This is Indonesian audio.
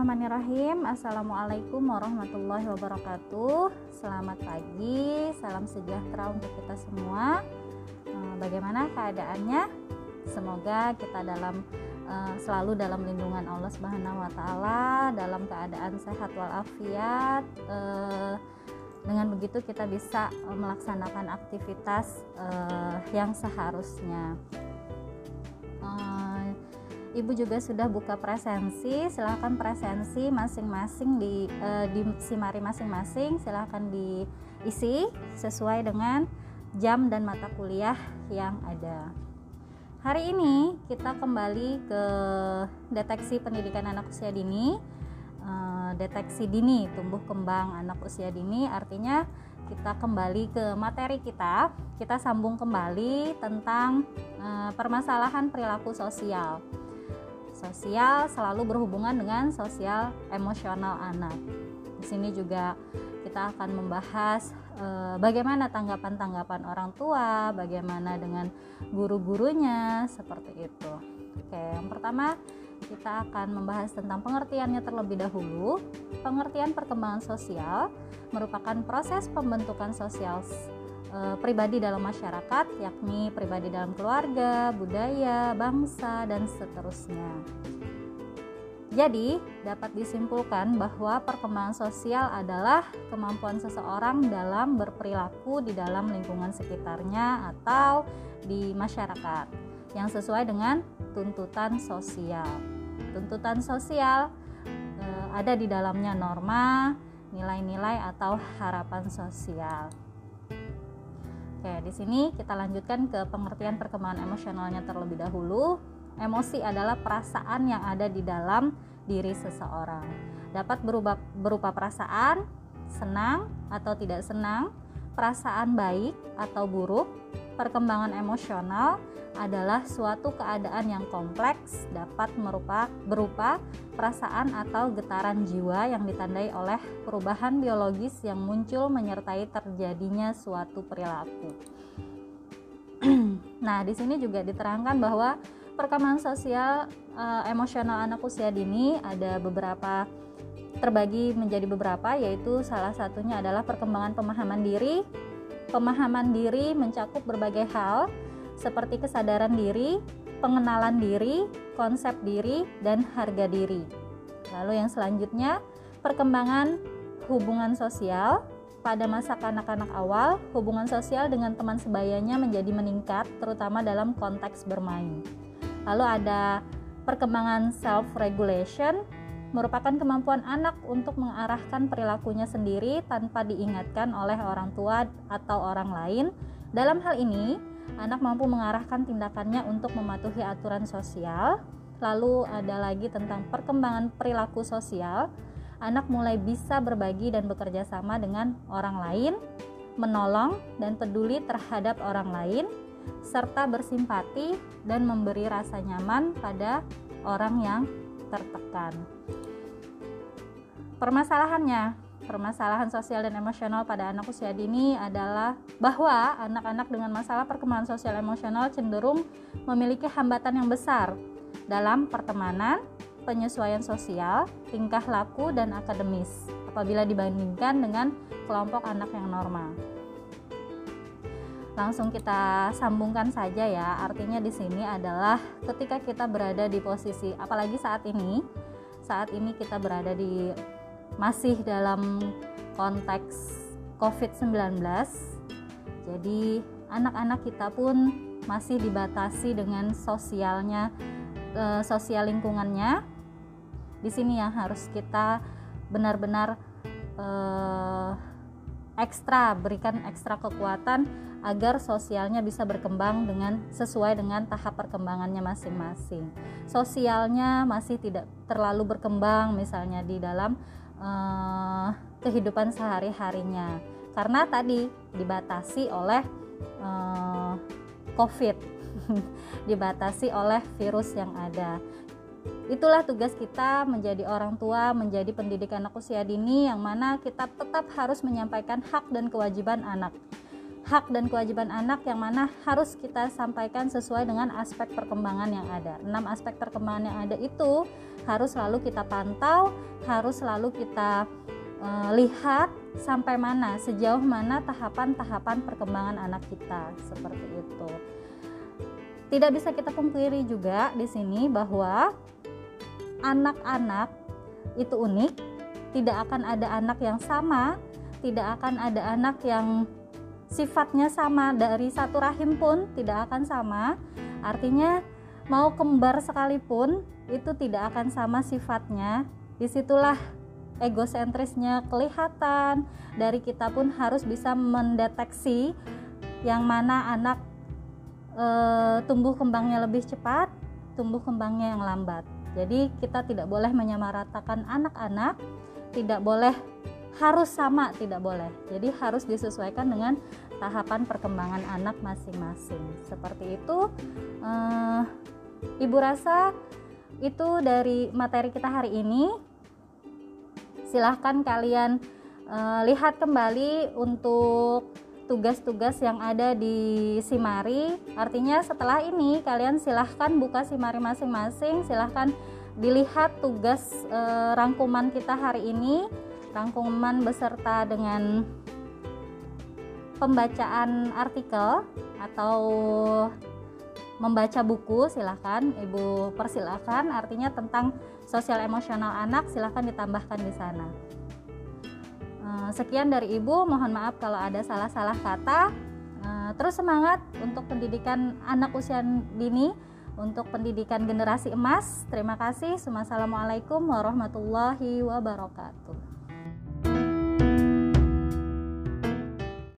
Bismillahirrahmanirrahim. Assalamualaikum warahmatullahi wabarakatuh. Selamat pagi, salam sejahtera untuk kita semua. Bagaimana keadaannya? Semoga kita selalu dalam lindungan Allah Subhanahu wa taala, dalam keadaan sehat walafiat. Dengan begitu kita bisa melaksanakan aktivitas yang seharusnya. Ibu juga sudah buka presensi, silahkan presensi masing-masing disimari masing-masing, silahkan diisi sesuai dengan jam dan mata kuliah yang ada. Hari ini kita kembali ke deteksi pendidikan anak usia dini, deteksi dini tumbuh kembang anak usia dini, artinya kita kembali ke materi kita sambung kembali tentang permasalahan perilaku sosial. Sosial selalu berhubungan dengan sosial emosional anak. Di sini juga kita akan membahas bagaimana tanggapan orang tua, bagaimana dengan guru-gurunya, seperti itu. Oke, yang pertama kita akan membahas tentang pengertiannya terlebih dahulu. Pengertian perkembangan sosial merupakan proses pembentukan sosial pribadi dalam masyarakat, yakni pribadi dalam keluarga, budaya, bangsa, dan seterusnya. Jadi, dapat disimpulkan bahwa perkembangan sosial adalah kemampuan seseorang dalam berperilaku di dalam lingkungan sekitarnya atau di masyarakat yang sesuai dengan tuntutan sosial. Tuntutan sosial ada di dalamnya norma, nilai-nilai atau harapan sosial. Oke, di sini kita lanjutkan ke pengertian perkembangan emosionalnya terlebih dahulu. Emosi adalah perasaan yang ada di dalam diri seseorang. Dapat berupa perasaan senang atau tidak senang, perasaan baik atau buruk. Perkembangan emosional adalah suatu keadaan yang kompleks, dapat berupa perasaan atau getaran jiwa yang ditandai oleh perubahan biologis yang muncul menyertai terjadinya suatu perilaku. Nah, di sini juga diterangkan bahwa perkembangan sosial emosional anak usia dini ada terbagi menjadi beberapa, yaitu salah satunya adalah perkembangan pemahaman diri. Pemahaman diri mencakup berbagai hal seperti kesadaran diri, pengenalan diri, konsep diri, dan harga diri. Lalu yang selanjutnya, perkembangan hubungan sosial. Pada masa kanak-kanak awal, hubungan sosial dengan teman sebayanya menjadi meningkat, terutama dalam konteks bermain. Lalu ada perkembangan self-regulation, merupakan kemampuan anak untuk mengarahkan perilakunya sendiri tanpa diingatkan oleh orang tua atau orang lain. Dalam hal ini, anak mampu mengarahkan tindakannya untuk mematuhi aturan sosial. Lalu ada lagi tentang perkembangan perilaku sosial. Anak mulai bisa berbagi dan bekerja sama dengan orang lain, menolong dan peduli terhadap orang lain, serta bersimpati dan memberi rasa nyaman pada orang yang tertekan. Permasalahan sosial dan emosional pada anak usia dini adalah bahwa anak-anak dengan masalah perkembangan sosial emosional cenderung memiliki hambatan yang besar dalam pertemanan, penyesuaian sosial, tingkah laku, dan akademis apabila dibandingkan dengan kelompok anak yang normal. Langsung kita sambungkan saja ya. Artinya di sini adalah ketika kita berada di posisi, apalagi saat ini kita berada masih dalam konteks COVID-19. Jadi anak-anak kita pun masih dibatasi dengan sosial lingkungannya. Di sini yang harus kita benar-benar berikan ekstra kekuatan agar sosialnya bisa berkembang sesuai dengan tahap perkembangannya masing-masing. Sosialnya masih tidak terlalu berkembang misalnya di dalam kehidupan sehari-harinya karena tadi dibatasi oleh COVID, dibatasi oleh virus yang ada. Itulah tugas kita menjadi orang tua, menjadi pendidik anak usia dini, yang mana kita tetap harus menyampaikan hak dan kewajiban anak. hak dan kewajiban anak yang mana harus kita sampaikan sesuai dengan aspek perkembangan yang ada. 6 aspek perkembangan yang ada itu harus selalu kita pantau, harus selalu kita lihat sampai mana, sejauh mana tahapan-tahapan perkembangan anak kita, seperti itu. Tidak bisa kita pungkiri juga di sini bahwa anak-anak itu unik, tidak akan ada anak yang sama, tidak akan ada anak yang sifatnya sama, dari satu rahim pun tidak akan sama. Artinya mau kembar sekalipun itu tidak akan sama sifatnya. Disitulah egosentrisnya kelihatan. Dari kita pun harus bisa mendeteksi yang mana anak tumbuh kembangnya lebih cepat, tumbuh kembangnya yang lambat. Jadi kita tidak boleh menyamaratakan anak-anak, tidak boleh harus sama, tidak boleh. Jadi harus disesuaikan dengan tahapan perkembangan anak masing-masing. Seperti itu. Ibu rasa itu dari materi kita hari ini. Silahkan kalian lihat kembali untuk tugas-tugas yang ada di Simari. Artinya setelah ini kalian silahkan buka Simari masing-masing, silahkan dilihat tugas rangkuman kita hari ini, rangkuman beserta dengan pembacaan artikel atau membaca buku. Silahkan Ibu persilahkan, artinya tentang sosial emosional anak, silahkan ditambahkan di sana. Sekian dari Ibu, mohon maaf kalau ada salah-salah kata. Terus semangat untuk pendidikan anak usia dini, untuk pendidikan generasi emas. Terima kasih. Wassalamualaikum warahmatullahi wabarakatuh.